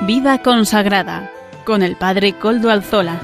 Vida consagrada con el Padre Koldo Alzola.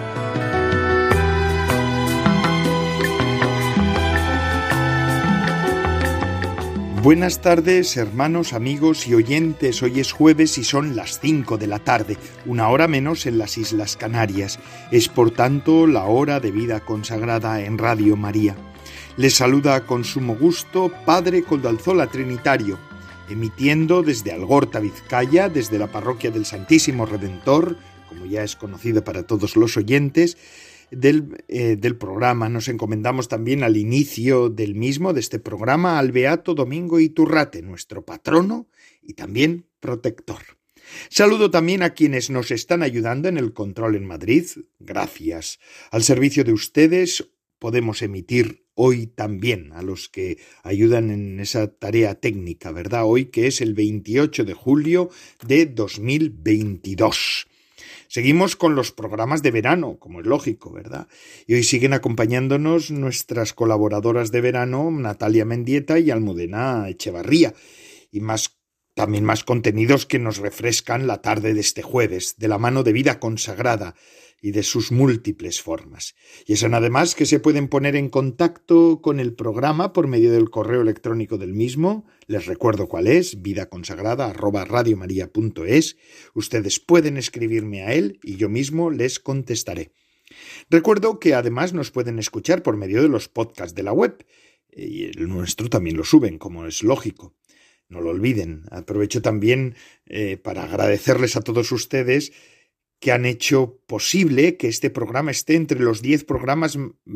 Buenas tardes, hermanos, amigos y oyentes. Hoy es jueves y son las 5 de la tarde, una hora menos en las Islas Canarias. Es por tanto la hora de Vida consagrada en Radio María. Les saluda con sumo gusto Padre Koldo Alzola Trinitario, emitiendo desde Algorta, Vizcaya, desde la parroquia del Santísimo Redentor, como ya es conocido para todos los oyentes del programa. Nos encomendamos también al inicio del mismo, de este programa, al Beato Domingo Iturrate, nuestro patrono y también protector. Saludo también a quienes nos están ayudando en el control en Madrid. Gracias. Al servicio de ustedes podemos emitir hoy también a los que ayudan en esa tarea técnica, ¿verdad? Hoy que es el 28 de julio de 2022. Seguimos con los programas de verano, como es lógico, ¿verdad? Y hoy siguen acompañándonos nuestras colaboradoras de verano, Natalia Mendieta y Almudena Echevarría, y también más contenidos que nos refrescan la tarde de este jueves, de la mano de Vida consagrada y de sus múltiples formas. Y son además que se pueden poner en contacto con el programa por medio del correo electrónico del mismo. Les recuerdo cuál es, vidaconsagrada@radiomaria.es. Ustedes pueden escribirme a él y yo mismo les contestaré. Recuerdo que además nos pueden escuchar por medio de los podcasts de la web, y el nuestro también lo suben, como es lógico. No lo olviden. Aprovecho también para agradecerles a todos ustedes que han hecho posible que este programa esté entre los 10 programas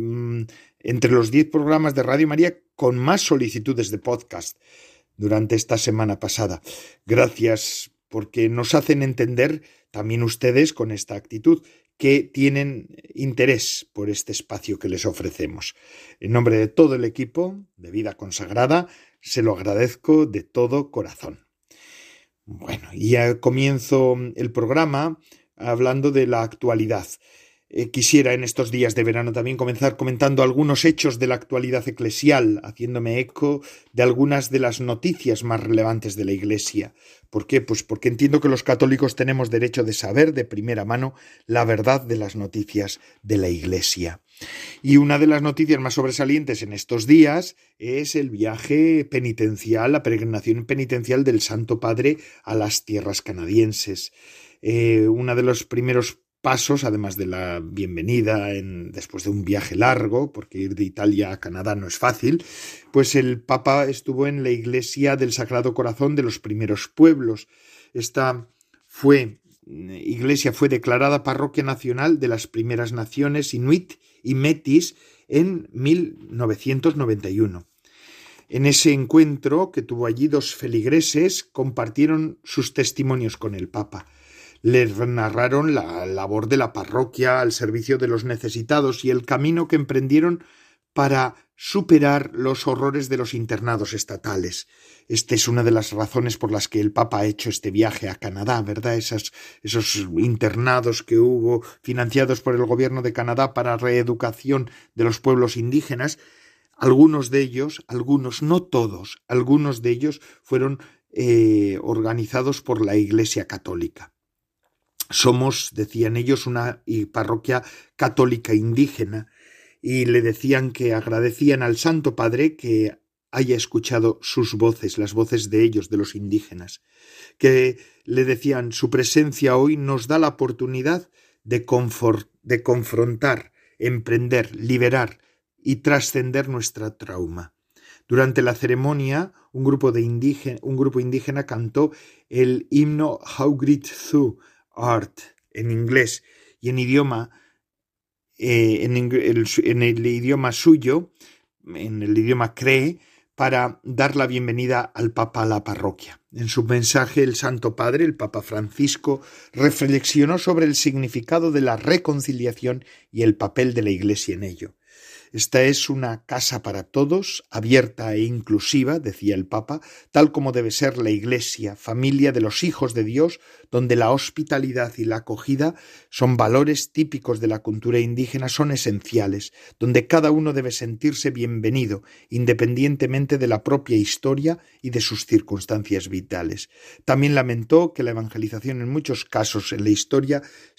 de Radio María con más solicitudes de podcast durante esta semana pasada. Gracias, porque nos hacen entender también ustedes con esta actitud que tienen interés por este espacio que les ofrecemos. En nombre de todo el equipo de Vida Consagrada, se lo agradezco de todo corazón. Bueno, y ya comienzo el programa hablando de la actualidad. Quisiera en estos días de verano también comenzar comentando algunos hechos de la actualidad eclesial, haciéndome eco de algunas de las noticias más relevantes de la Iglesia. ¿Por qué? Pues porque entiendo que los católicos tenemos derecho de saber de primera mano la verdad de las noticias de la Iglesia. Y una de las noticias más sobresalientes en estos días es el viaje penitencial, la peregrinación penitencial del Santo Padre a las tierras canadienses. Uno de los primeros pasos, además de la bienvenida después de un viaje largo, porque ir de Italia a Canadá no es fácil, pues el Papa estuvo en la iglesia del Sagrado Corazón de los primeros pueblos. Esta iglesia fue declarada parroquia nacional de las primeras naciones inuit y metis en 1991. En ese encuentro que tuvo allí, 2 feligreses compartieron sus testimonios con el Papa. Les narraron la labor de la parroquia al servicio de los necesitados y el camino que emprendieron para superar los horrores de los internados estatales. Esta es una de las razones por las que el Papa ha hecho este viaje a Canadá, ¿verdad? Esos internados que hubo financiados por el gobierno de Canadá para reeducación de los pueblos indígenas. Algunos de ellos, no todos, algunos de ellos fueron organizados por la Iglesia Católica. Somos, decían ellos, una parroquia católica indígena, y le decían que agradecían al Santo Padre que haya escuchado sus voces, las voces de ellos, de los indígenas, que le decían: su presencia hoy nos da la oportunidad de confrontar, emprender, liberar y trascender nuestra trauma. Durante la ceremonia, un grupo indígena cantó el himno How Great Thou Art en inglés, y en el idioma suyo, en el idioma cree, para dar la bienvenida al Papa a la parroquia. En su mensaje, el Santo Padre, el Papa Francisco, reflexionó sobre el significado de la reconciliación y el papel de la Iglesia en ello. Esta es una casa para todos, abierta e inclusiva, decía el Papa, tal como debe ser la Iglesia, familia de los hijos de Dios, donde la hospitalidad y la acogida son valores típicos de la cultura indígena, son esenciales, donde cada uno debe sentirse bienvenido, independientemente de la propia historia y de sus circunstancias vitales. También lamentó que la evangelización en muchos casos en la historia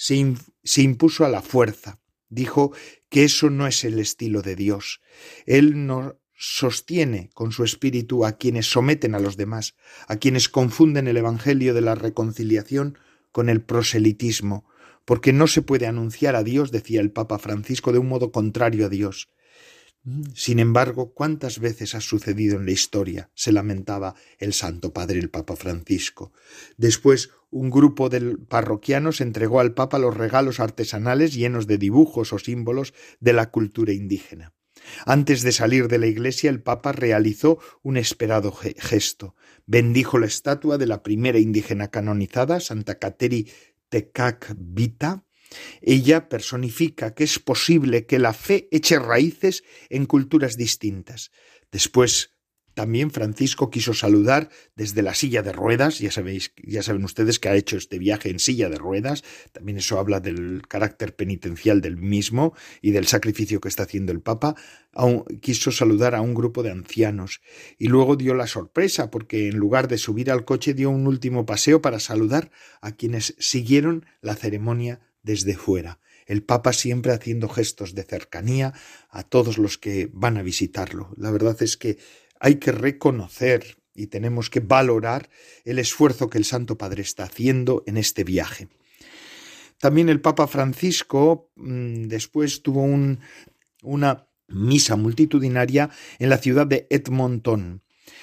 se impuso a la fuerza. Dijo que eso no es el estilo de Dios. Él no sostiene con su espíritu a quienes someten a los demás, a quienes confunden el evangelio de la reconciliación con el proselitismo, porque no se puede anunciar a Dios, decía el Papa Francisco, de un modo contrario a Dios. Sin embargo, ¿cuántas veces ha sucedido en la historia?, se lamentaba el Santo Padre, el Papa Francisco. Después, un grupo de parroquianos entregó al Papa los regalos artesanales llenos de dibujos o símbolos de la cultura indígena. Antes de salir de la iglesia, el Papa realizó un esperado gesto. Bendijo la estatua de la primera indígena canonizada, Santa Kateri Tekakwitha. Ella personifica que es posible que la fe eche raíces en culturas distintas. Después, también Francisco quiso saludar desde la silla de ruedas. Ya saben ustedes que ha hecho este viaje en silla de ruedas. También eso habla del carácter penitencial del mismo y del sacrificio que está haciendo el Papa. Quiso saludar a un grupo de ancianos y luego dio la sorpresa porque en lugar de subir al coche dio un último paseo para saludar a quienes siguieron la ceremonia desde fuera. El Papa siempre haciendo gestos de cercanía a todos los que van a visitarlo. La verdad es que hay que reconocer y tenemos que valorar el esfuerzo que el Santo Padre está haciendo en este viaje. También el Papa Francisco después tuvo una misa multitudinaria en la ciudad de Edmonton.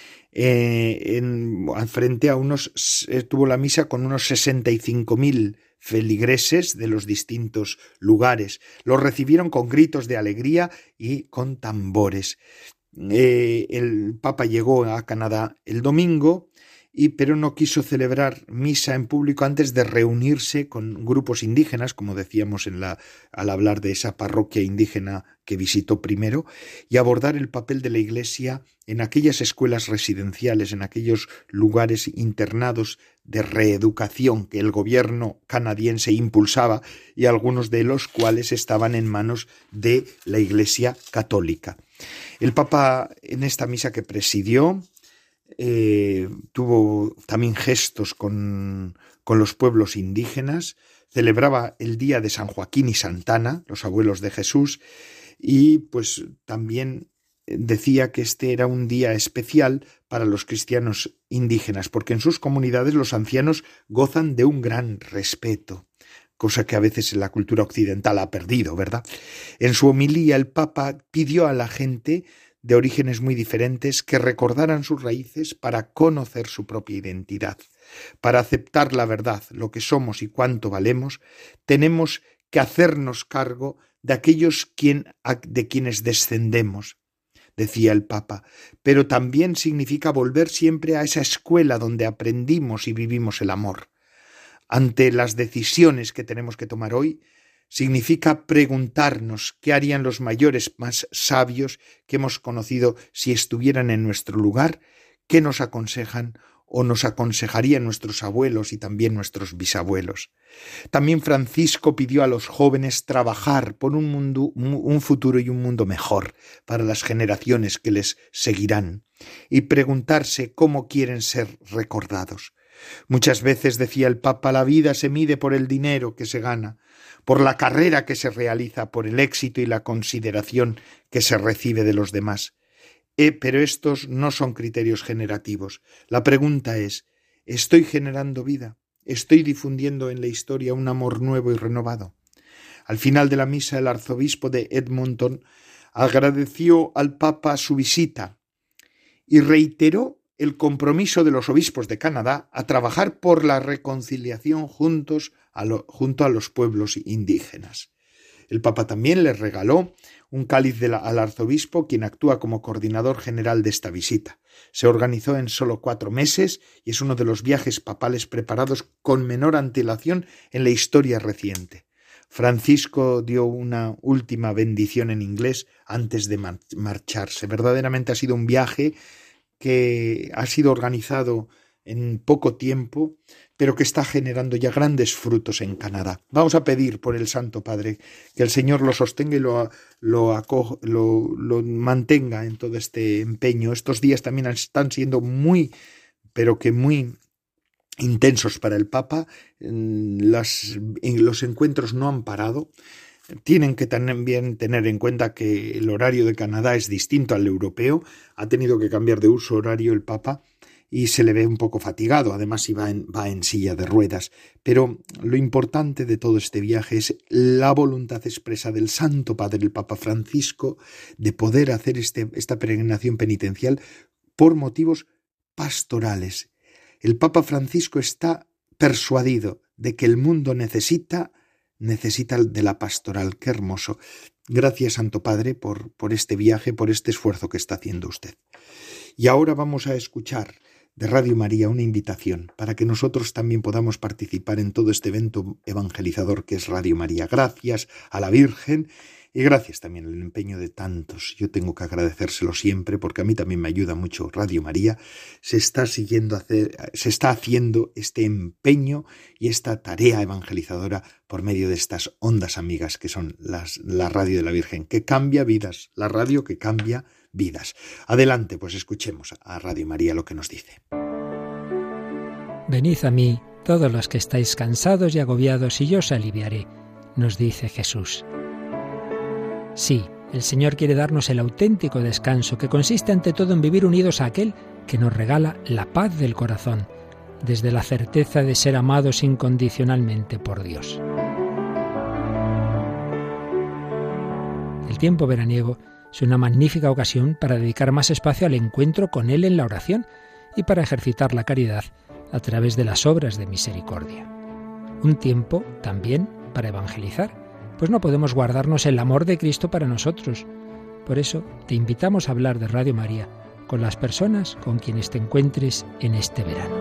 Frente a tuvo la misa con unos 65.000 feligreses de los distintos lugares. Los recibieron con gritos de alegría y con tambores. El Papa llegó a Canadá el domingo, pero no quiso celebrar misa en público antes de reunirse con grupos indígenas, como decíamos al hablar de esa parroquia indígena que visitó primero, y abordar el papel de la Iglesia en aquellas escuelas residenciales, en aquellos lugares internados de reeducación que el gobierno canadiense impulsaba y algunos de los cuales estaban en manos de la Iglesia católica. El Papa, en esta misa que presidió, tuvo también gestos con los pueblos indígenas, celebraba el día de San Joaquín y Santana, los abuelos de Jesús, y pues también decía que este era un día especial para los cristianos indígenas, porque en sus comunidades los ancianos gozan de un gran respeto, cosa que a veces en la cultura occidental ha perdido, ¿verdad? En su homilía el Papa pidió a la gente de orígenes muy diferentes que recordaran sus raíces para conocer su propia identidad. Para aceptar la verdad, lo que somos y cuánto valemos, tenemos que hacernos cargo de aquellos de quienes descendemos, decía el Papa, pero también significa volver siempre a esa escuela donde aprendimos y vivimos el amor. Ante las decisiones que tenemos que tomar hoy, significa preguntarnos qué harían los mayores más sabios que hemos conocido si estuvieran en nuestro lugar, qué nos aconsejan o nos aconsejarían nuestros abuelos y también nuestros bisabuelos. También Francisco pidió a los jóvenes trabajar por un futuro y un mundo mejor para las generaciones que les seguirán y preguntarse cómo quieren ser recordados. Muchas veces, decía el Papa, la vida se mide por el dinero que se gana, por la carrera que se realiza, por el éxito y la consideración que se recibe de los demás. Pero estos no son criterios generativos. La pregunta es, ¿estoy generando vida? ¿Estoy difundiendo en la historia un amor nuevo y renovado? Al final de la misa, el arzobispo de Edmonton agradeció al Papa su visita y reiteró el compromiso de los obispos de Canadá a trabajar por la reconciliación junto a los pueblos indígenas. El Papa también le regaló un cáliz al arzobispo, quien actúa como coordinador general de esta visita. Se organizó en solo 4 meses y es uno de los viajes papales preparados con menor antelación en la historia reciente. Francisco dio una última bendición en inglés antes de marcharse. Verdaderamente ha sido un viaje que ha sido organizado en poco tiempo, pero que está generando ya grandes frutos en Canadá. Vamos a pedir por el Santo Padre que el Señor lo sostenga y lo mantenga en todo este empeño. Estos días también están siendo muy intensos para el Papa. Los encuentros no han parado. Tienen que también tener en cuenta que el horario de Canadá es distinto al europeo. Ha tenido que cambiar de uso horario el Papa y se le ve un poco fatigado, además va en silla de ruedas. Pero lo importante de todo este viaje es la voluntad expresa del Santo Padre, el Papa Francisco, de poder hacer esta peregrinación penitencial por motivos pastorales. El Papa Francisco está persuadido de que el mundo necesita de la pastoral. ¡Qué hermoso! Gracias, Santo Padre, por este viaje, por este esfuerzo que está haciendo usted. Y ahora vamos a escuchar de Radio María una invitación para que nosotros también podamos participar en todo este evento evangelizador que es Radio María. Gracias a la Virgen y gracias también al empeño de tantos. Yo tengo que agradecérselo siempre porque a mí también me ayuda mucho Radio María. Se está haciendo este empeño y esta tarea evangelizadora por medio de estas ondas amigas que son la radio de la Virgen, que cambia vidas, la radio que cambia vidas. Adelante, pues escuchemos a Radio María lo que nos dice. Venid a mí, todos los que estáis cansados y agobiados, y yo os aliviaré, nos dice Jesús. Sí, el Señor quiere darnos el auténtico descanso, que consiste ante todo en vivir unidos a aquel que nos regala la paz del corazón, desde la certeza de ser amados incondicionalmente por Dios. El tiempo veraniego es una magnífica ocasión para dedicar más espacio al encuentro con Él en la oración y para ejercitar la caridad a través de las obras de misericordia. Un tiempo también para evangelizar, pues no podemos guardarnos el amor de Cristo para nosotros. Por eso te invitamos a hablar de Radio María con las personas con quienes te encuentres en este verano.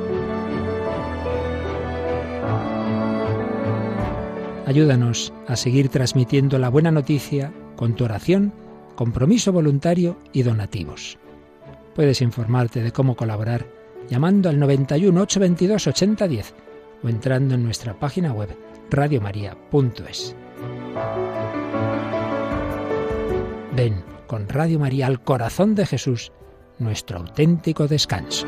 Ayúdanos a seguir transmitiendo la buena noticia con tu oración, compromiso voluntario y donativos. Puedes informarte de cómo colaborar llamando al 91 822 8010 o entrando en nuestra página web radiomaria.es. Ven con Radio María al corazón de Jesús, nuestro auténtico descanso.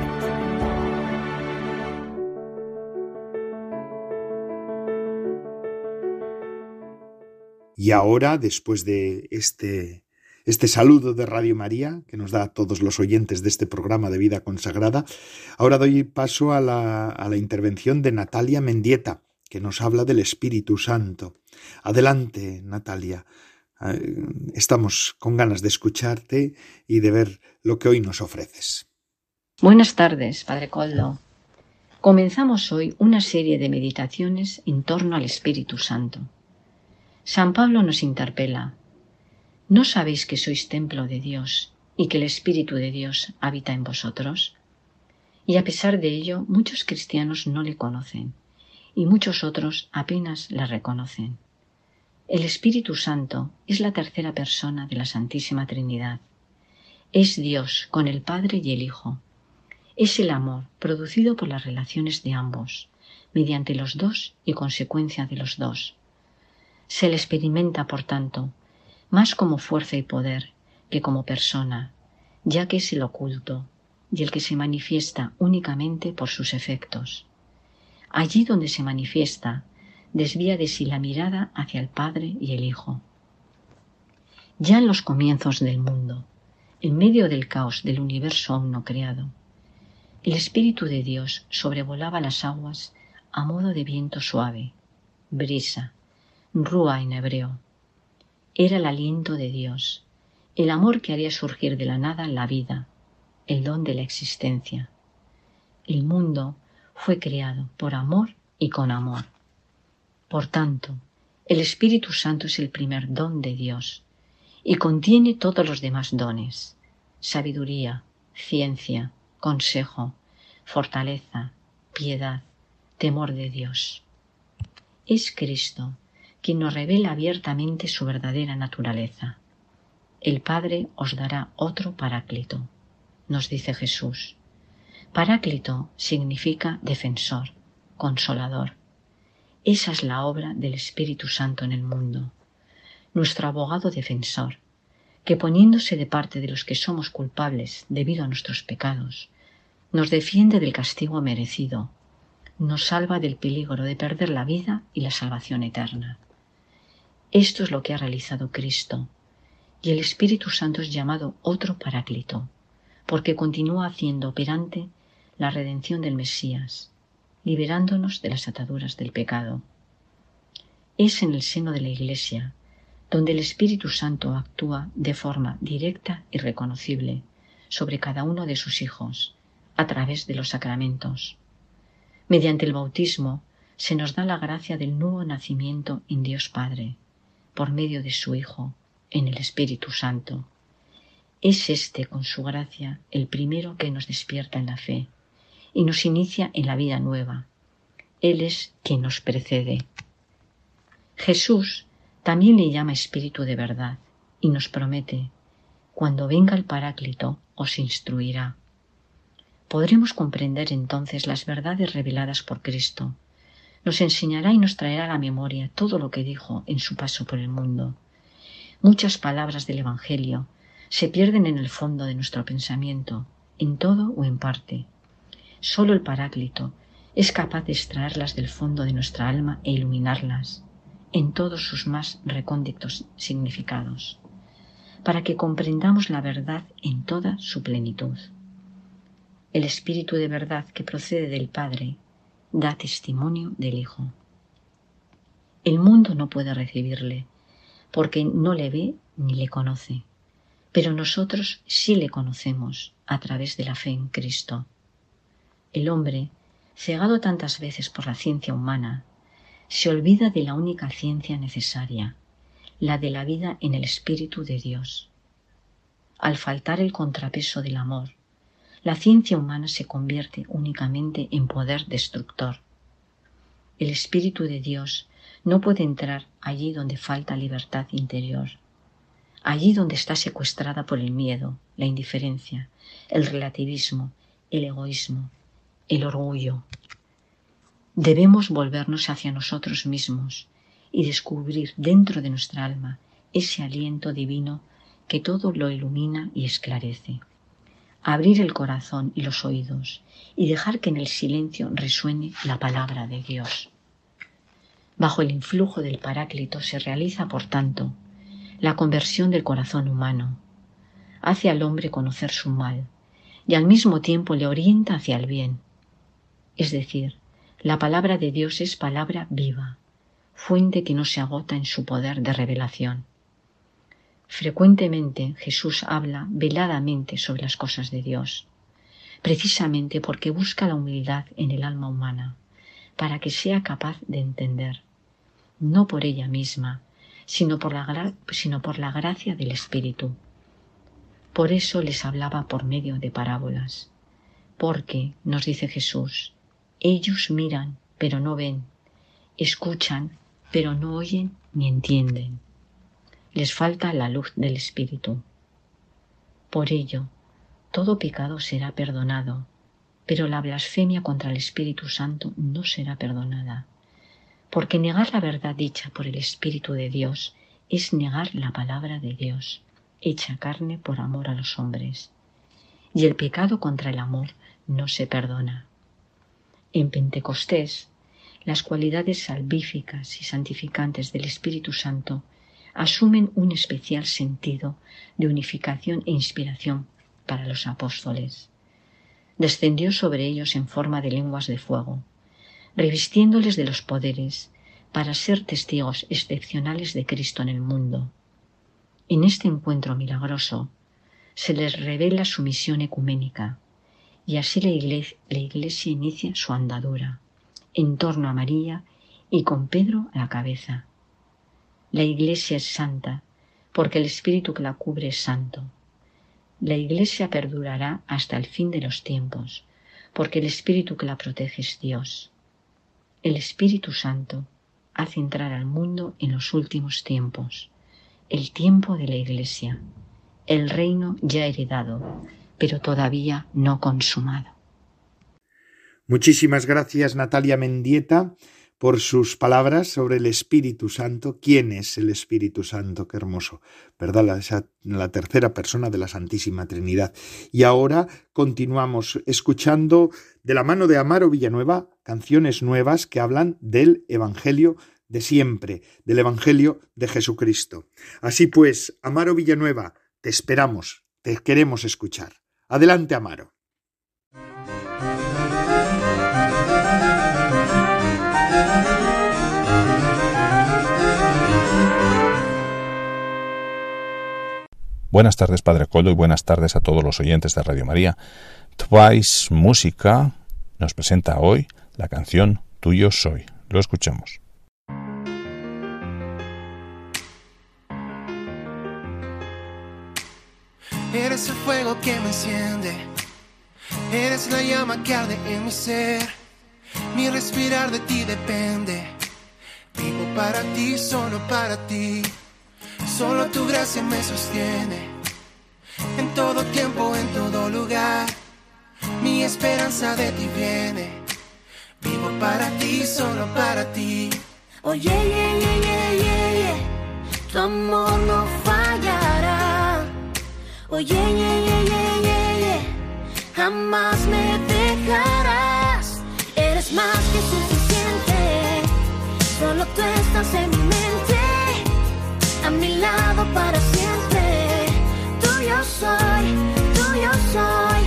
Y ahora, después de este saludo de Radio María, que nos da a todos los oyentes de este programa de Vida Consagrada, ahora doy paso a la intervención de Natalia Mendieta, que nos habla del Espíritu Santo. Adelante, Natalia. Estamos con ganas de escucharte y de ver lo que hoy nos ofreces. Buenas tardes, Padre Coldo. Comenzamos hoy una serie de meditaciones en torno al Espíritu Santo. San Pablo nos interpela: ¿no sabéis que sois templo de Dios y que el Espíritu de Dios habita en vosotros? Y a pesar de ello, muchos cristianos no le conocen y muchos otros apenas le reconocen. El Espíritu Santo es la tercera persona de la Santísima Trinidad. Es Dios con el Padre y el Hijo. Es el amor producido por las relaciones de ambos, mediante los dos y consecuencia de los dos. Se le experimenta, por tanto, más como fuerza y poder que como persona, ya que es el oculto y el que se manifiesta únicamente por sus efectos. Allí donde se manifiesta, desvía de sí la mirada hacia el Padre y el Hijo. Ya en los comienzos del mundo, en medio del caos del universo aún no creado, el Espíritu de Dios sobrevolaba las aguas a modo de viento suave, brisa, rúa en hebreo. Era el aliento de Dios, el amor que haría surgir de la nada la vida, el don de la existencia. El mundo fue creado por amor y con amor. Por tanto, el Espíritu Santo es el primer don de Dios y contiene todos los demás dones: sabiduría, ciencia, consejo, fortaleza, piedad, temor de Dios. Es Cristo quien nos revela abiertamente su verdadera naturaleza. El Padre os dará otro Paráclito, nos dice Jesús. Paráclito significa defensor, consolador. Esa es la obra del Espíritu Santo en el mundo, nuestro abogado defensor, que poniéndose de parte de los que somos culpables debido a nuestros pecados, nos defiende del castigo merecido, nos salva del peligro de perder la vida y la salvación eterna. Esto es lo que ha realizado Cristo, y el Espíritu Santo es llamado otro Paráclito, porque continúa haciendo operante la redención del Mesías, liberándonos de las ataduras del pecado. Es en el seno de la Iglesia donde el Espíritu Santo actúa de forma directa y reconocible sobre cada uno de sus hijos, a través de los sacramentos. Mediante el bautismo se nos da la gracia del nuevo nacimiento en Dios Padre, por medio de su Hijo, en el Espíritu Santo. Es este, con su gracia, el primero que nos despierta en la fe y nos inicia en la vida nueva. Él es quien nos precede. Jesús también le llama Espíritu de verdad y nos promete: cuando venga el Paráclito os instruirá. Podremos comprender entonces las verdades reveladas por Cristo. Nos enseñará y nos traerá a la memoria todo lo que dijo en su paso por el mundo. Muchas palabras del Evangelio se pierden en el fondo de nuestro pensamiento, en todo o en parte. Solo el Paráclito es capaz de extraerlas del fondo de nuestra alma e iluminarlas en todos sus más recónditos significados, para que comprendamos la verdad en toda su plenitud. El Espíritu de verdad que procede del Padre da testimonio del Hijo. El mundo no puede recibirle, porque no le ve ni le conoce, pero nosotros sí le conocemos a través de la fe en Cristo. El hombre, cegado tantas veces por la ciencia humana, se olvida de la única ciencia necesaria, la de la vida en el Espíritu de Dios. Al faltar el contrapeso del amor, la ciencia humana se convierte únicamente en poder destructor. El Espíritu de Dios no puede entrar allí donde falta libertad interior, allí donde está secuestrada por el miedo, la indiferencia, el relativismo, el egoísmo, el orgullo. Debemos volvernos hacia nosotros mismos y descubrir dentro de nuestra alma ese aliento divino que todo lo ilumina y esclarece. Abrir el corazón y los oídos y dejar que en el silencio resuene la palabra de Dios. Bajo el influjo del Paráclito se realiza, por tanto, la conversión del corazón humano. Hace al hombre conocer su mal y al mismo tiempo le orienta hacia el bien. Es decir, la palabra de Dios es palabra viva, fuente que no se agota en su poder de revelación. Frecuentemente Jesús habla veladamente sobre las cosas de Dios, precisamente porque busca la humildad en el alma humana, para que sea capaz de entender, no por ella misma, sino por la gracia del Espíritu. Por eso les hablaba por medio de parábolas, porque, nos dice Jesús, ellos miran, pero no ven, escuchan, pero no oyen ni entienden. Les falta la luz del Espíritu. Por ello, todo pecado será perdonado, pero la blasfemia contra el Espíritu Santo no será perdonada, porque negar la verdad dicha por el Espíritu de Dios es negar la palabra de Dios, hecha carne por amor a los hombres, y el pecado contra el amor no se perdona. En Pentecostés, las cualidades salvíficas y santificantes del Espíritu Santo asumen un especial sentido de unificación e inspiración para los apóstoles. Descendió sobre ellos en forma de lenguas de fuego, revistiéndoles de los poderes para ser testigos excepcionales de Cristo en el mundo. En este encuentro milagroso se les revela su misión ecuménica y así la Iglesia inicia su andadura en torno a María y con Pedro a la cabeza. La Iglesia es santa porque el Espíritu que la cubre es santo. La Iglesia perdurará hasta el fin de los tiempos porque el Espíritu que la protege es Dios. El Espíritu Santo hace entrar al mundo en los últimos tiempos, el tiempo de la Iglesia, el reino ya heredado, pero todavía no consumado. Muchísimas gracias, Natalia Mendieta, por sus palabras sobre el Espíritu Santo. ¿Quién es el Espíritu Santo? Qué hermoso, ¿verdad? La tercera persona de la Santísima Trinidad. Y ahora continuamos escuchando de la mano de Amaro Villanueva canciones nuevas que hablan del Evangelio de siempre, del Evangelio de Jesucristo. Así pues, Amaro Villanueva, te esperamos, te queremos escuchar. Adelante, Amaro. Buenas tardes, Padre Coldo, y buenas tardes a todos los oyentes de Radio María. Twice Música nos presenta hoy la canción Tuyo Soy. Lo escuchamos. Eres el fuego que me enciende, eres la llama que arde en mi ser. Mi respirar de ti depende, vivo para ti, solo para ti. Solo tu gracia me sostiene, en todo tiempo, en todo lugar. Mi esperanza de ti viene, vivo para ti, solo para ti. Oh yeah, yeah, yeah, yeah, yeah, yeah. Tu amor no fallará. Oh yeah, yeah, yeah, yeah, yeah, yeah. Jamás me dejarás. Eres más que suficiente, solo tú estás en mi mente, a mi lado para siempre. Tuyo soy, tuyo soy.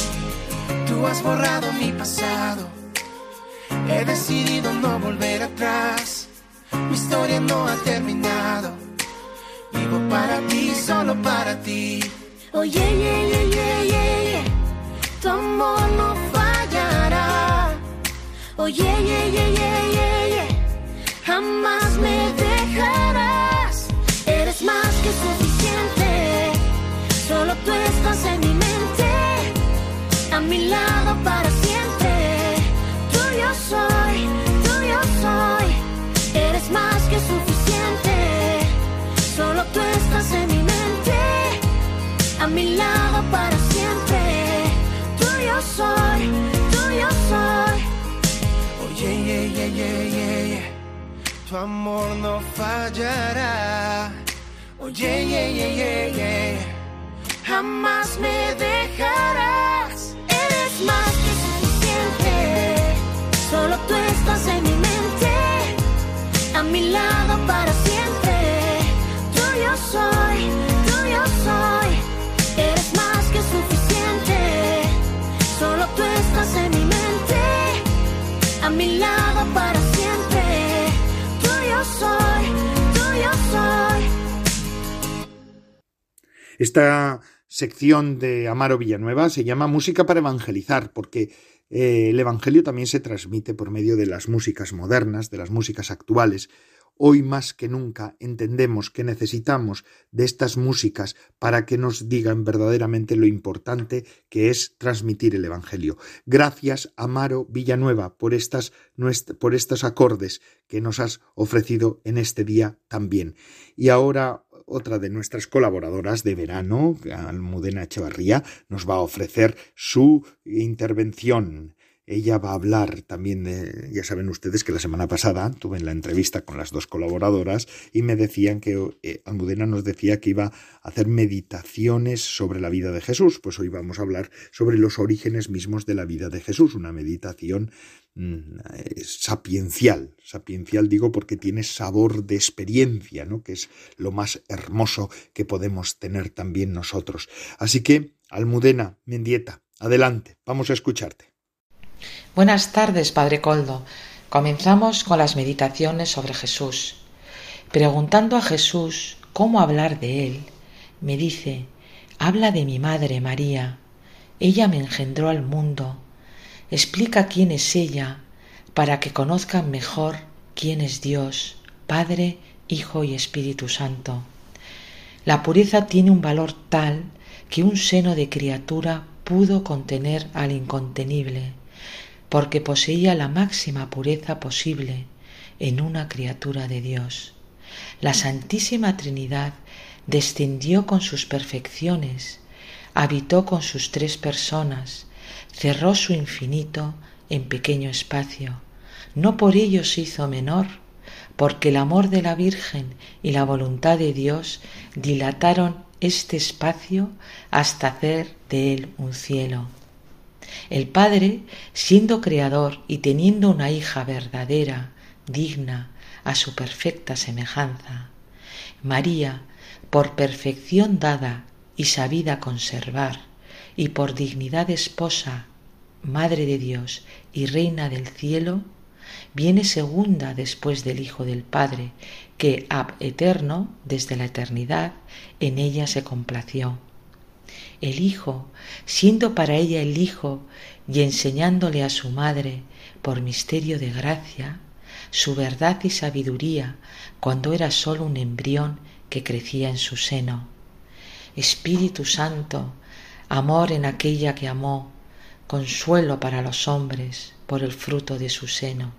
Tú has borrado mi pasado, he decidido no volver atrás. Mi historia no ha terminado, vivo para ti, solo para ti. Oh yeah, yeah, yeah, yeah, yeah, yeah. Tu amor no fallará. Oh yeah, yeah, yeah, yeah, yeah, yeah. Jamás me dejarás. Eres más que suficiente, solo tú estás en mi mente, a mi lado para siempre. Tuyo soy, tuyo soy. Eres más que suficiente, solo tú estás en mi mente, a mi lado para siempre. Tuyo soy, tuyo soy. Oh yeah, yeah, yeah, yeah, yeah, yeah. Tu amor no fallará. Oh yeah, yeah, yeah, yeah, yeah. Jamás me dejarás. Eres más que suficiente, solo tú estás en mi mente, a mi lado para siempre. Tuyo soy, tuyo soy. Eres más que suficiente, solo tú estás en mi mente, a mi lado para siempre. Tuyo soy, tuyo soy. Esta sección de Amaro Villanueva se llama Música para Evangelizar, porque el Evangelio también se transmite por medio de las músicas modernas, de las músicas actuales. Hoy más que nunca entendemos que necesitamos de estas músicas para que nos digan verdaderamente lo importante que es transmitir el Evangelio. Gracias, Amaro Villanueva, por estos acordes que nos has ofrecido en este día también. Y ahora otra de nuestras colaboradoras de verano, Almudena Echevarría, nos va a ofrecer su intervención. Ella va a hablar también ya saben ustedes que la semana pasada tuve la entrevista con las dos colaboradoras y me decían que Almudena nos decía que iba a hacer meditaciones sobre la vida de Jesús. Pues hoy vamos a hablar sobre los orígenes mismos de la vida de Jesús, una meditación sapiencial digo porque tiene sabor de experiencia, ¿no? Que es lo más hermoso que podemos tener también nosotros. Así que, Almudena Mendieta, adelante, vamos a escucharte. Buenas tardes, Padre Coldo. Comenzamos con las meditaciones sobre Jesús. Preguntando a Jesús cómo hablar de él, me dice: habla de mi madre María. Ella me engendró al mundo. Explica quién es ella, para que conozcan mejor quién es Dios, Padre, Hijo y Espíritu Santo. La pureza tiene un valor tal que un seno de criatura pudo contener al incontenible, porque poseía la máxima pureza posible, en una criatura de Dios. La Santísima Trinidad descendió con sus perfecciones, habitó con sus tres personas, cerró su infinito en pequeño espacio. No por ello se hizo menor, porque el amor de la Virgen y la voluntad de Dios dilataron este espacio hasta hacer de él un cielo. El Padre, siendo creador y teniendo una hija verdadera, digna, a su perfecta semejanza, María, por perfección dada y sabida conservar, y por dignidad de esposa, Madre de Dios y Reina del cielo, viene segunda después del Hijo del Padre, que ab eterno, desde la eternidad, en ella se complació. El Hijo, siendo para ella el Hijo y enseñándole a su Madre, por misterio de gracia, su verdad y sabiduría, cuando era sólo un embrión que crecía en su seno. Espíritu Santo, amor en aquella que amó, consuelo para los hombres por el fruto de su seno.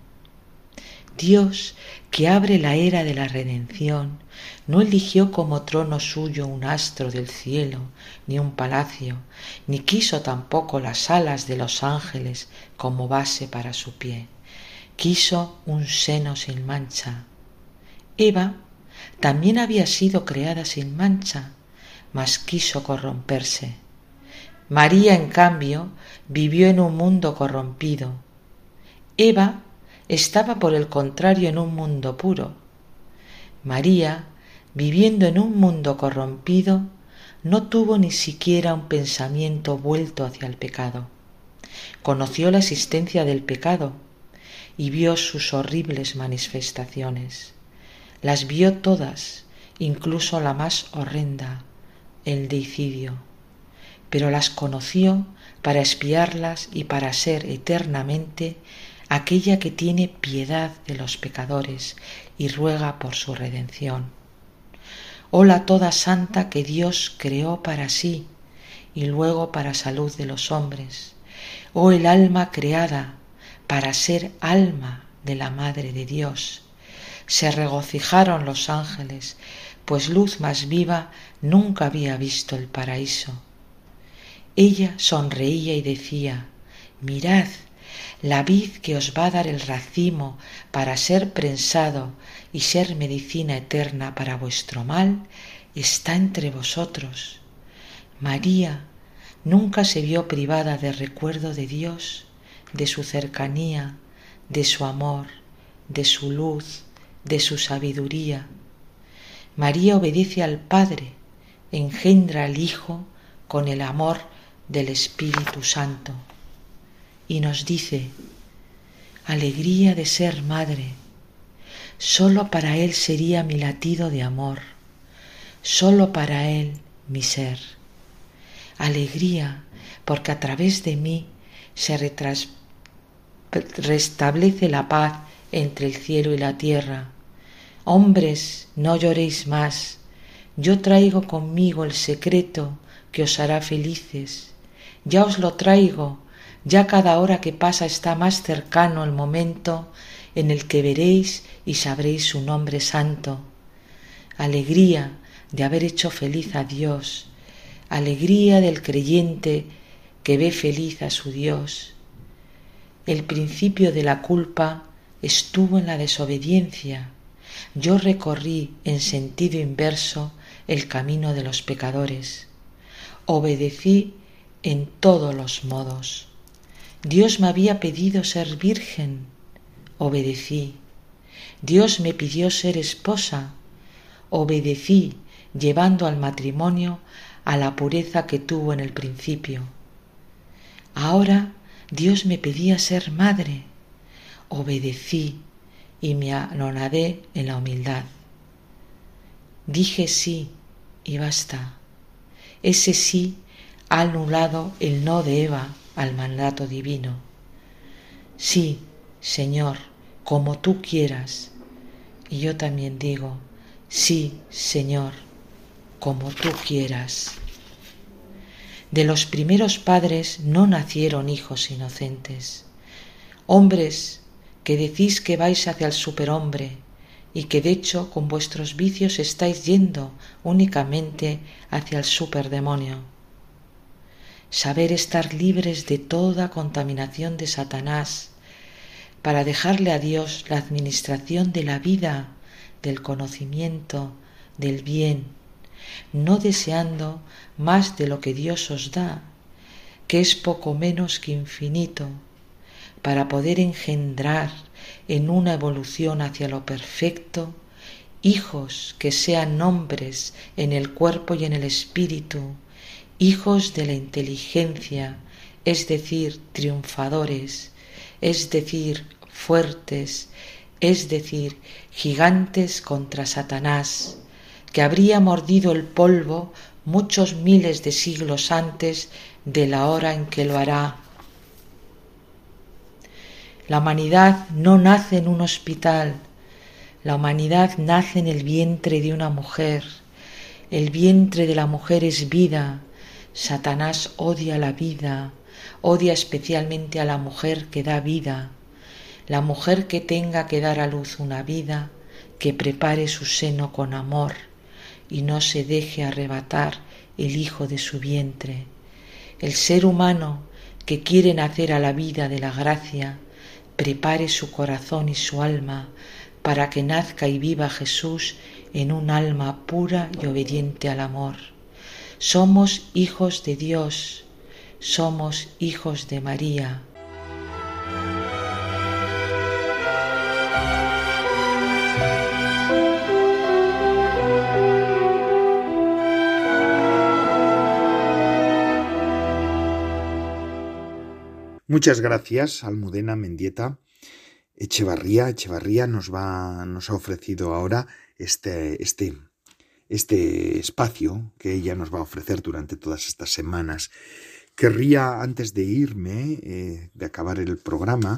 Dios, que abre la era de la redención, no eligió como trono suyo un astro del cielo, ni un palacio, ni quiso tampoco las alas de los ángeles como base para su pie. Quiso un seno sin mancha. Eva también había sido creada sin mancha, mas quiso corromperse. María, en cambio, vivió en un mundo corrompido. Eva estaba, por el contrario, en un mundo puro. María, viviendo en un mundo corrompido, no tuvo ni siquiera un pensamiento vuelto hacia el pecado. Conoció la existencia del pecado y vio sus horribles manifestaciones. Las vio todas, incluso la más horrenda, el deicidio, pero las conoció para expiarlas y para ser eternamente aquella que tiene piedad de los pecadores y ruega por su redención. Oh la toda santa que Dios creó para sí y luego para salud de los hombres. Oh el alma creada para ser alma de la Madre de Dios. Se regocijaron los ángeles, pues luz más viva nunca había visto el paraíso. Ella sonreía y decía: mirad, la vid que os va a dar el racimo para ser prensado y ser medicina eterna para vuestro mal, está entre vosotros. María nunca se vio privada de recuerdo de Dios, de su cercanía, de su amor, de su luz, de su sabiduría. María obedece al Padre, engendra al Hijo con el amor del Espíritu Santo y nos dice: alegría de ser madre, sólo para Él sería mi latido de amor, sólo para Él mi ser. Alegría porque a través de mí se restablece la paz entre el cielo y la tierra. Hombres, no lloréis más, yo traigo conmigo el secreto que os hará felices. Ya os lo traigo, ya cada hora que pasa está más cercano el momento en el que veréis y sabréis su nombre santo. Alegría de haber hecho feliz a Dios, alegría del creyente que ve feliz a su Dios. El principio de la culpa estuvo en la desobediencia. Yo recorrí en sentido inverso el camino de los pecadores. Obedecí en todos los modos. Dios me había pedido ser virgen. Obedecí. Dios me pidió ser esposa. Obedecí, llevando al matrimonio a la pureza que tuvo en el principio. Ahora Dios me pedía ser madre. Obedecí y me anonadé en la humildad. Dije sí y basta. Ese sí ha anulado el no de Eva al mandato divino. Sí, Señor, como tú quieras. Y yo también digo: sí, Señor, como tú quieras. De los primeros padres no nacieron hijos inocentes, hombres que decís que vais hacia el superhombre y que de hecho con vuestros vicios estáis yendo únicamente hacia el superdemonio. Saber estar libres de toda contaminación de Satanás para dejarle a Dios la administración de la vida, del conocimiento, del bien, no deseando más de lo que Dios os da, que es poco menos que infinito, para poder engendrar en una evolución hacia lo perfecto hijos que sean hombres en el cuerpo y en el espíritu, hijos de la inteligencia, es decir, triunfadores, es decir, fuertes, es decir, gigantes contra Satanás, que habría mordido el polvo muchos miles de siglos antes de la hora en que lo hará. La humanidad no nace en un hospital, la humanidad nace en el vientre de una mujer. El vientre de la mujer es vida. Satanás odia la vida, odia especialmente a la mujer que da vida. La mujer que tenga que dar a luz una vida, que prepare su seno con amor y no se deje arrebatar el hijo de su vientre. El ser humano que quiere nacer a la vida de la gracia, prepare su corazón y su alma para que nazca y viva Jesús en un alma pura y obediente al amor. Somos hijos de Dios, somos hijos de María. Muchas gracias, Almudena Mendieta. Echevarría nos ha ofrecido ahora este espacio que ella nos va a ofrecer durante todas estas semanas. Querría, antes de irme, de acabar el programa,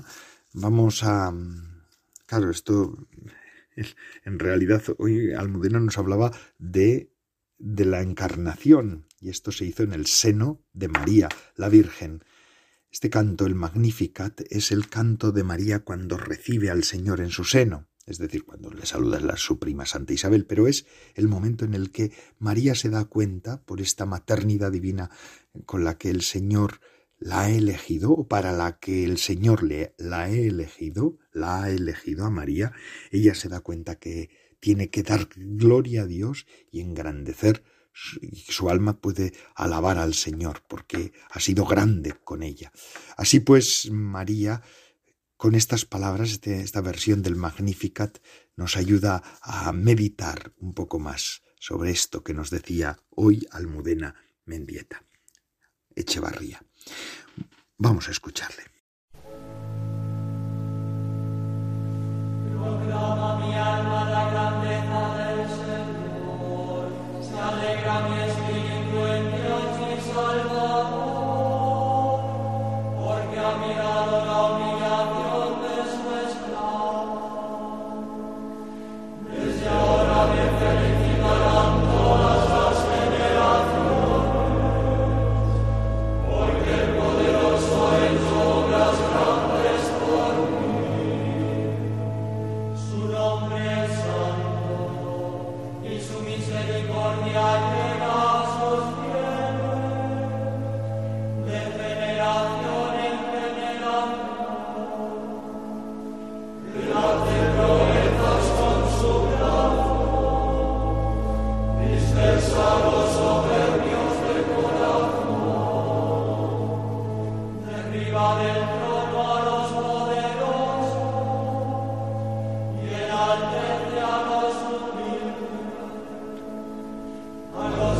claro, esto, en realidad, hoy Almudena nos hablaba de la encarnación, y esto se hizo en el seno de María, la Virgen. Este canto, el Magnificat, es el canto de María cuando recibe al Señor en su seno, es decir, cuando le saluda su prima Santa Isabel, pero es el momento en el que María se da cuenta, por esta maternidad divina con la que el Señor la ha elegido, o para la que el Señor la ha elegido a María, ella se da cuenta que tiene que dar gloria a Dios y engrandecer, y su alma puede alabar al Señor porque ha sido grande con ella. Así pues, María, con estas palabras, esta versión del Magnificat, nos ayuda a meditar un poco más sobre esto que nos decía hoy Almudena Mendieta Echevarría. Vamos a escucharle. Proclama mi alma la grandeza del Señor, se alegra mi espíritu en Dios mi Salvador, porque ha mirado la humillación de su esclava. Desde ahora me felicitarán todas las generaciones, porque el poderoso ha hecho obras grandes por mí. Su nombre es santo y su misericordia llega a sus fieles, de generación en generación. Él hace proezas con su brazo, dispersa a los soberbios de corazón, derriba del trono a los poderosos y enaltece a los humildes. A los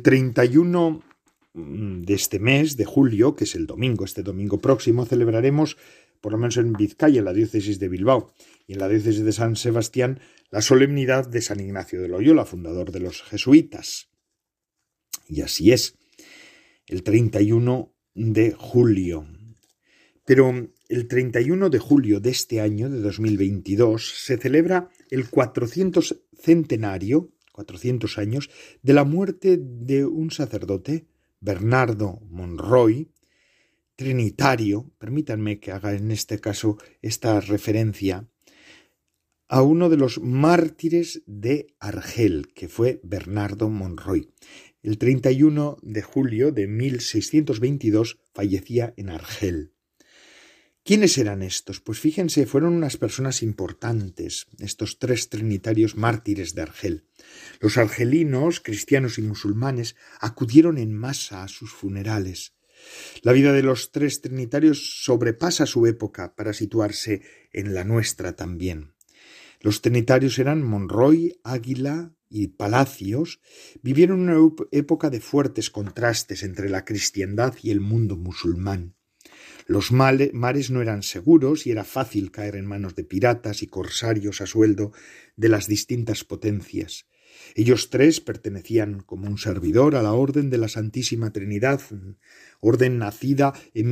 31 de este mes, de julio, que es el domingo, este domingo próximo, celebraremos, por lo menos en Vizcaya, en la diócesis de Bilbao, y en la diócesis de San Sebastián, la solemnidad de San Ignacio de Loyola, fundador de los jesuitas. Y así es, el 31 de julio. Pero el 31 de julio de este año, de 2022, se celebra el 400 centenario, 400 años, de la muerte de un sacerdote, Bernardo Monroy, trinitario. Permítanme que haga en este caso esta referencia a uno de los mártires de Argel, que fue Bernardo Monroy. El 31 de julio de 1622 fallecía en Argel. ¿Quiénes eran estos? Pues fíjense, fueron unas personas importantes, estos 3 trinitarios mártires de Argel. Los argelinos, cristianos y musulmanes, acudieron en masa a sus funerales. La vida de los 3 trinitarios sobrepasa su época para situarse en la nuestra también. Los trinitarios eran Monroy, Águila y Palacios. Vivieron una época de fuertes contrastes entre la cristiandad y el mundo musulmán. Los mares no eran seguros y era fácil caer en manos de piratas y corsarios a sueldo de las distintas potencias. Ellos 3 pertenecían como un servidor a la Orden de la Santísima Trinidad, orden nacida en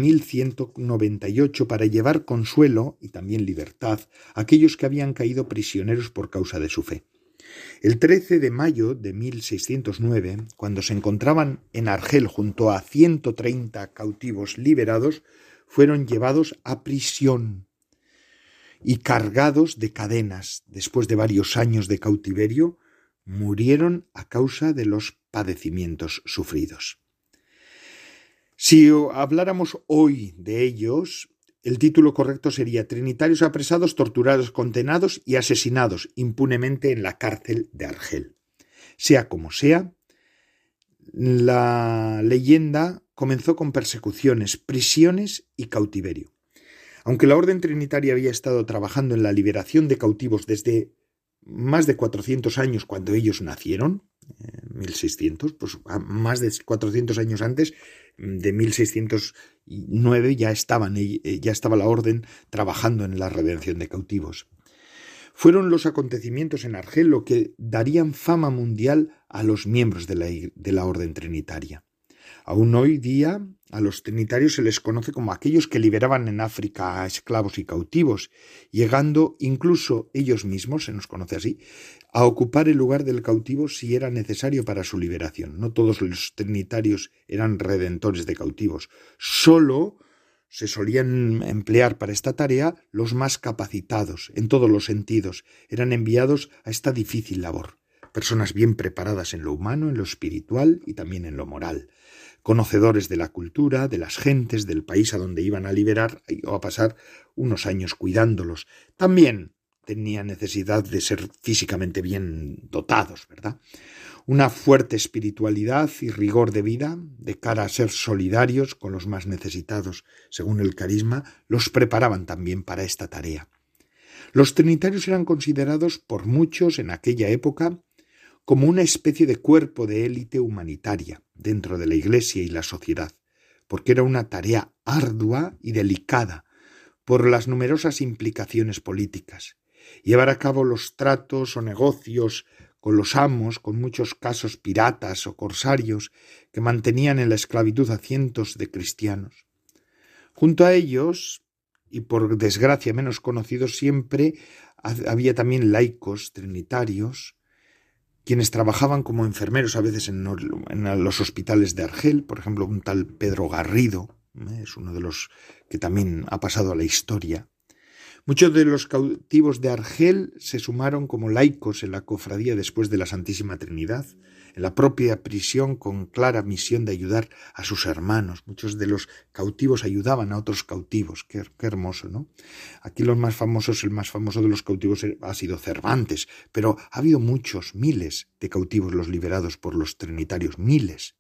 1198 para llevar consuelo y también libertad a aquellos que habían caído prisioneros por causa de su fe. El 13 de mayo de 1609, cuando se encontraban en Argel junto a 130 cautivos liberados, fueron llevados a prisión y cargados de cadenas. Después de varios años de cautiverio, murieron a causa de los padecimientos sufridos. Si habláramos hoy de ellos, el título correcto sería Trinitarios apresados, torturados, condenados y asesinados impunemente en la cárcel de Argel. Sea como sea, la leyenda comenzó con persecuciones, prisiones y cautiverio. Aunque la Orden Trinitaria había estado trabajando en la liberación de cautivos desde más de 400 años cuando ellos nacieron, 1600, pues más de 400 años antes, de 1609 ya estaba la Orden trabajando en la redención de cautivos. Fueron los acontecimientos en Argel lo que darían fama mundial a los miembros de la Orden Trinitaria. Aún hoy día a los trinitarios se les conoce como aquellos que liberaban en África a esclavos y cautivos, llegando incluso ellos mismos, se nos conoce así, a ocupar el lugar del cautivo si era necesario para su liberación. No todos los trinitarios eran redentores de cautivos, solo se solían emplear para esta tarea los más capacitados, en todos los sentidos, eran enviados a esta difícil labor. Personas bien preparadas en lo humano, en lo espiritual y también en lo moral. Conocedores de la cultura, de las gentes, del país a donde iban a liberar o a pasar unos años cuidándolos. También tenían necesidad de ser físicamente bien dotados, ¿verdad? Una fuerte espiritualidad y rigor de vida, de cara a ser solidarios con los más necesitados, según el carisma, los preparaban también para esta tarea. Los trinitarios eran considerados por muchos en aquella época como una especie de cuerpo de élite humanitaria dentro de la Iglesia y la sociedad, porque era una tarea ardua y delicada por las numerosas implicaciones políticas. Llevar a cabo los tratos o negocios con los amos, con muchos casos piratas o corsarios que mantenían en la esclavitud a cientos de cristianos. Junto a ellos, y por desgracia menos conocidos, siempre había también laicos trinitarios, quienes trabajaban como enfermeros a veces en los hospitales de Argel. Por ejemplo, un tal Pedro Garrido, es uno de los que también ha pasado a la historia. Muchos de los cautivos de Argel se sumaron como laicos en la cofradía después de la Santísima Trinidad, en la propia prisión con clara misión de ayudar a sus hermanos. Muchos de los cautivos ayudaban a otros cautivos. Qué hermoso, ¿no? Aquí el más famoso de los cautivos ha sido Cervantes, pero ha habido muchos, miles de cautivos los liberados por los trinitarios, miles,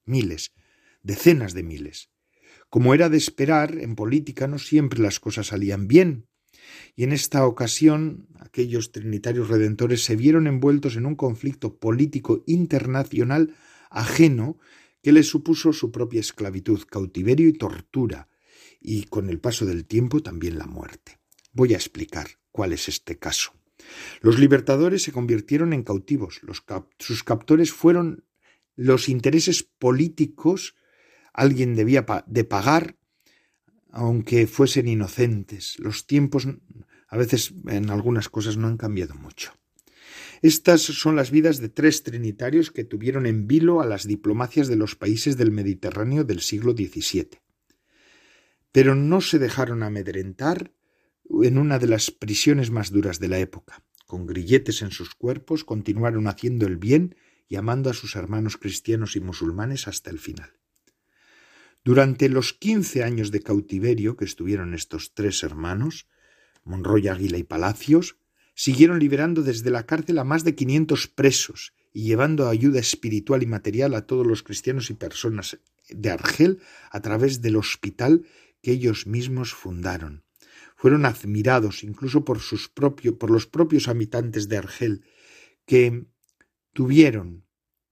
decenas de miles. Como era de esperar, en política no siempre las cosas salían bien. Y en esta ocasión aquellos trinitarios redentores se vieron envueltos en un conflicto político internacional ajeno que les supuso su propia esclavitud, cautiverio y tortura, y con el paso del tiempo también la muerte. Voy a explicar cuál es este caso. Los libertadores se convirtieron en cautivos. Sus captores fueron los intereses políticos. Alguien debía de pagar, aunque fuesen inocentes. Los tiempos, a veces, en algunas cosas no han cambiado mucho. Estas son las vidas de 3 trinitarios que tuvieron en vilo a las diplomacias de los países del Mediterráneo del siglo XVII. Pero no se dejaron amedrentar en una de las prisiones más duras de la época. Con grilletes en sus cuerpos continuaron haciendo el bien y amando a sus hermanos cristianos y musulmanes hasta el final. Durante los 15 años de cautiverio que estuvieron estos 3 hermanos, Monroy, Águila y Palacios, siguieron liberando desde la cárcel a más de 500 presos y llevando ayuda espiritual y material a todos los cristianos y personas de Argel a través del hospital que ellos mismos fundaron. Fueron admirados incluso por los propios habitantes de Argel que tuvieron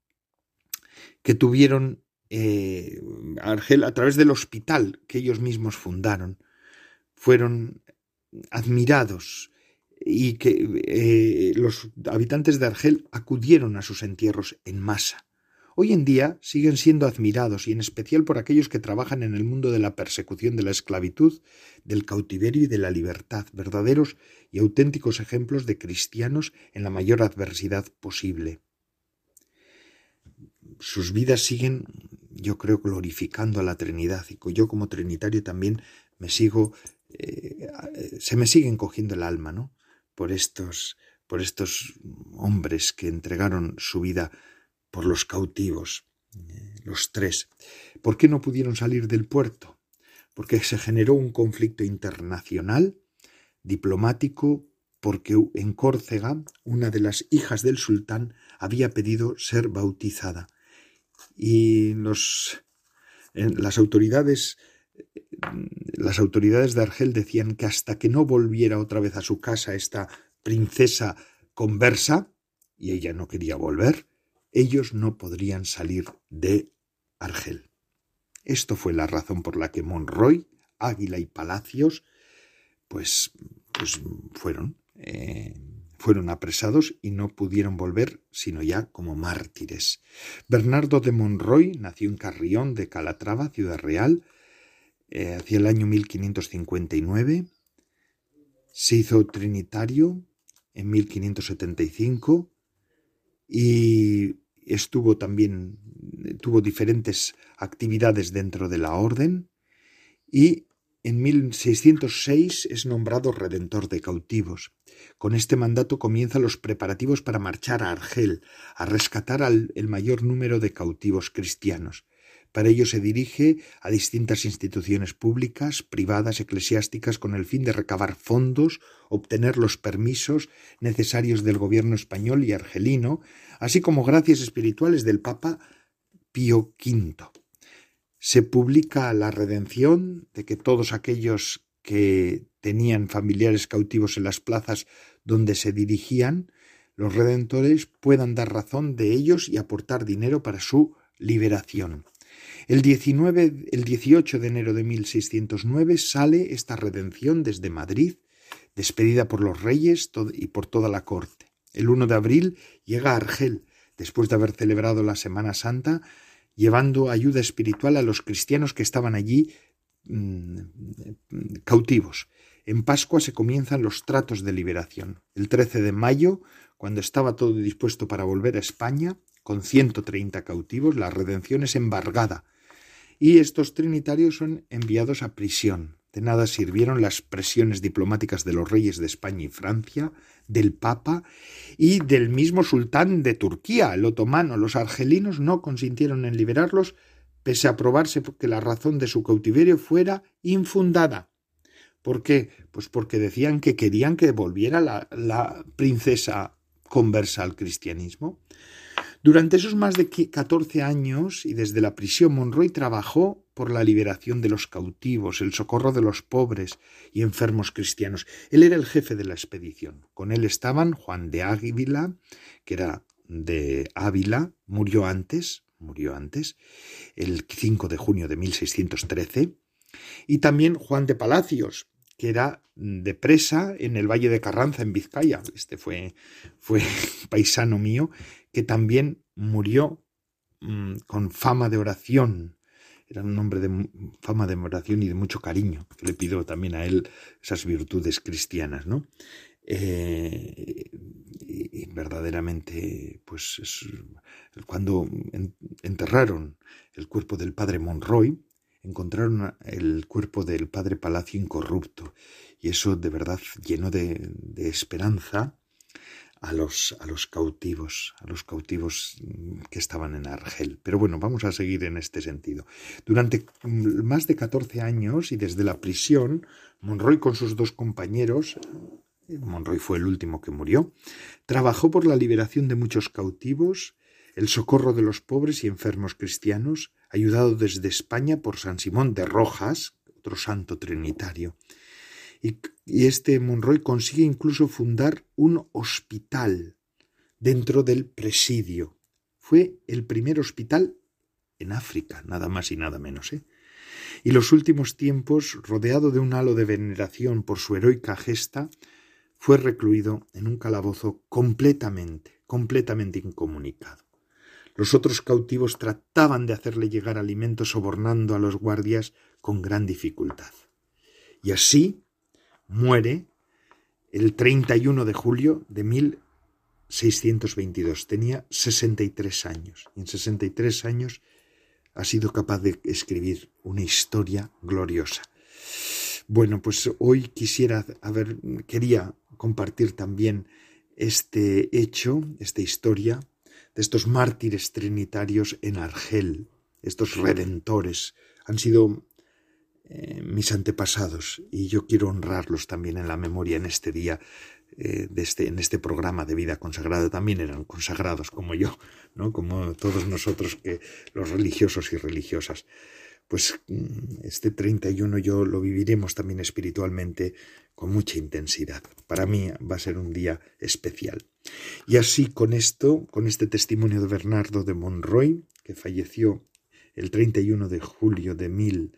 Argel a través del hospital que ellos mismos fundaron. Fueron admirados y que los habitantes de Argel acudieron a sus entierros en masa. Hoy en día siguen siendo admirados, y en especial por aquellos que trabajan en el mundo de la persecución de la esclavitud, del cautiverio y de la libertad, verdaderos y auténticos ejemplos de cristianos en la mayor adversidad posible. Sus vidas siguen, yo creo, glorificando a la Trinidad, y yo como trinitario también se me sigue encogiendo el alma, ¿no? Por estos hombres que entregaron su vida por los cautivos, los 3. ¿Por qué no pudieron salir del puerto? Porque se generó un conflicto internacional, diplomático, porque en Córcega una de las hijas del sultán había pedido ser bautizada. Y las autoridades de Argel decían que hasta que no volviera otra vez a su casa esta princesa conversa, y ella no quería volver, ellos no podrían salir de Argel. Esto fue la razón por la que Monroy, Águila y Palacios pues fueron apresados y no pudieron volver sino ya como mártires. Bernardo de Monroy nació en Carrión de Calatrava, Ciudad Real, hacia el año 1559. Se hizo trinitario en 1575 y tuvo diferentes actividades dentro de la orden, y en 1606 es nombrado redentor de cautivos. Con este mandato comienzan los preparativos para marchar a Argel, a rescatar el mayor número de cautivos cristianos. Para ello se dirige a distintas instituciones públicas, privadas, eclesiásticas, con el fin de recabar fondos, obtener los permisos necesarios del gobierno español y argelino, así como gracias espirituales del Papa Pío V. Se publica la redención de que todos aquellos que tenían familiares cautivos en las plazas donde se dirigían, los redentores puedan dar razón de ellos y aportar dinero para su liberación. El 18 de enero de 1609 sale esta redención desde Madrid, despedida por los reyes y por toda la corte. El 1 de abril llega a Argel, después de haber celebrado la Semana Santa, llevando ayuda espiritual a los cristianos que estaban allí cautivos. En Pascua se comienzan los tratos de liberación. El 13 de mayo, cuando estaba todo dispuesto para volver a España, con 130 cautivos, la redención es embargada y estos trinitarios son enviados a prisión. De nada sirvieron las presiones diplomáticas de los reyes de España y Francia, del Papa y del mismo sultán de Turquía, el otomano. Los argelinos no consintieron en liberarlos, pese a probarse que la razón de su cautiverio fuera infundada. ¿Por qué? Pues porque decían que querían que volviera la princesa conversa al cristianismo. Durante esos más de 14 años y desde la prisión, Monroy trabajó por la liberación de los cautivos, el socorro de los pobres y enfermos cristianos. Él era el jefe de la expedición. Con él estaban Juan de Ávila, que era de Ávila, murió antes, murió antes, el 5 de junio de 1613, y también Juan de Palacios, que era de Presa en el Valle de Carranza, en Vizcaya. Este fue paisano mío, que también murió con fama de oración. Era un hombre de fama de oración y de mucho cariño, que le pido también a él esas virtudes cristianas, ¿no? Y verdaderamente, pues cuando enterraron el cuerpo del padre Monroy, encontraron el cuerpo del padre Palacio incorrupto, y eso de verdad llenó de esperanza a los cautivos que estaban en Argel. Pero bueno, vamos a seguir en este sentido. Durante más de 14 años y desde la prisión, Monroy con sus 2 compañeros, Monroy fue el último que murió, trabajó por la liberación de muchos cautivos, el socorro de los pobres y enfermos cristianos, ayudado desde España por San Simón de Rojas, otro santo trinitario. Y este Monroy consigue incluso fundar un hospital dentro del presidio. Fue el primer hospital en África, nada más y nada menos, Y los últimos tiempos, rodeado de un halo de veneración por su heroica gesta, fue recluido en un calabozo completamente incomunicado. Los otros cautivos trataban de hacerle llegar alimento sobornando a los guardias con gran dificultad. Y así muere el 31 de julio de 1622. Tenía 63 años. Y en 63 años ha sido capaz de escribir una historia gloriosa. Bueno, pues hoy quería compartir también este hecho, esta historia de estos mártires trinitarios en Argel. Estos redentores han sido mis antepasados, y yo quiero honrarlos también en la memoria en este día, en este programa de vida consagrada. También eran consagrados como yo, ¿no? Como todos nosotros, que los religiosos y religiosas. Pues este 31 yo lo viviremos también espiritualmente con mucha intensidad. Para mí va a ser un día especial. Y así con este testimonio de Bernardo de Monroy, que falleció el 31 de julio de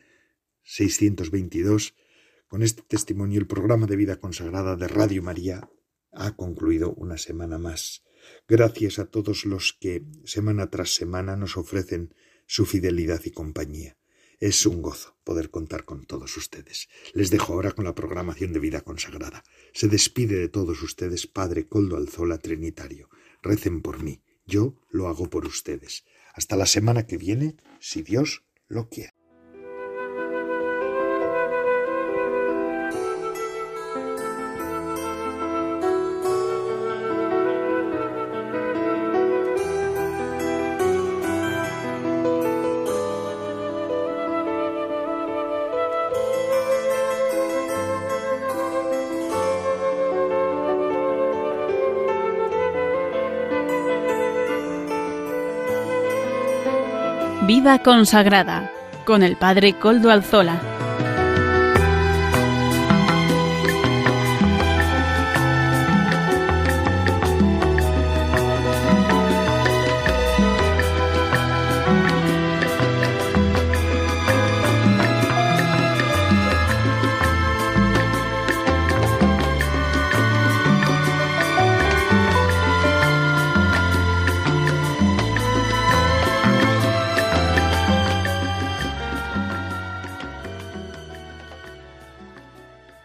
1622, con este testimonio el programa de vida consagrada de Radio María ha concluido una semana más. Gracias a todos los que semana tras semana nos ofrecen su fidelidad y compañía. Es un gozo poder contar con todos ustedes. Les dejo ahora con la programación de vida consagrada. Se despide de todos ustedes Padre Koldo Alzola, Trinitario. Recen por mí. Yo lo hago por ustedes. Hasta la semana que viene, si Dios lo quiere. Vida consagrada con el Padre Koldo Alzola.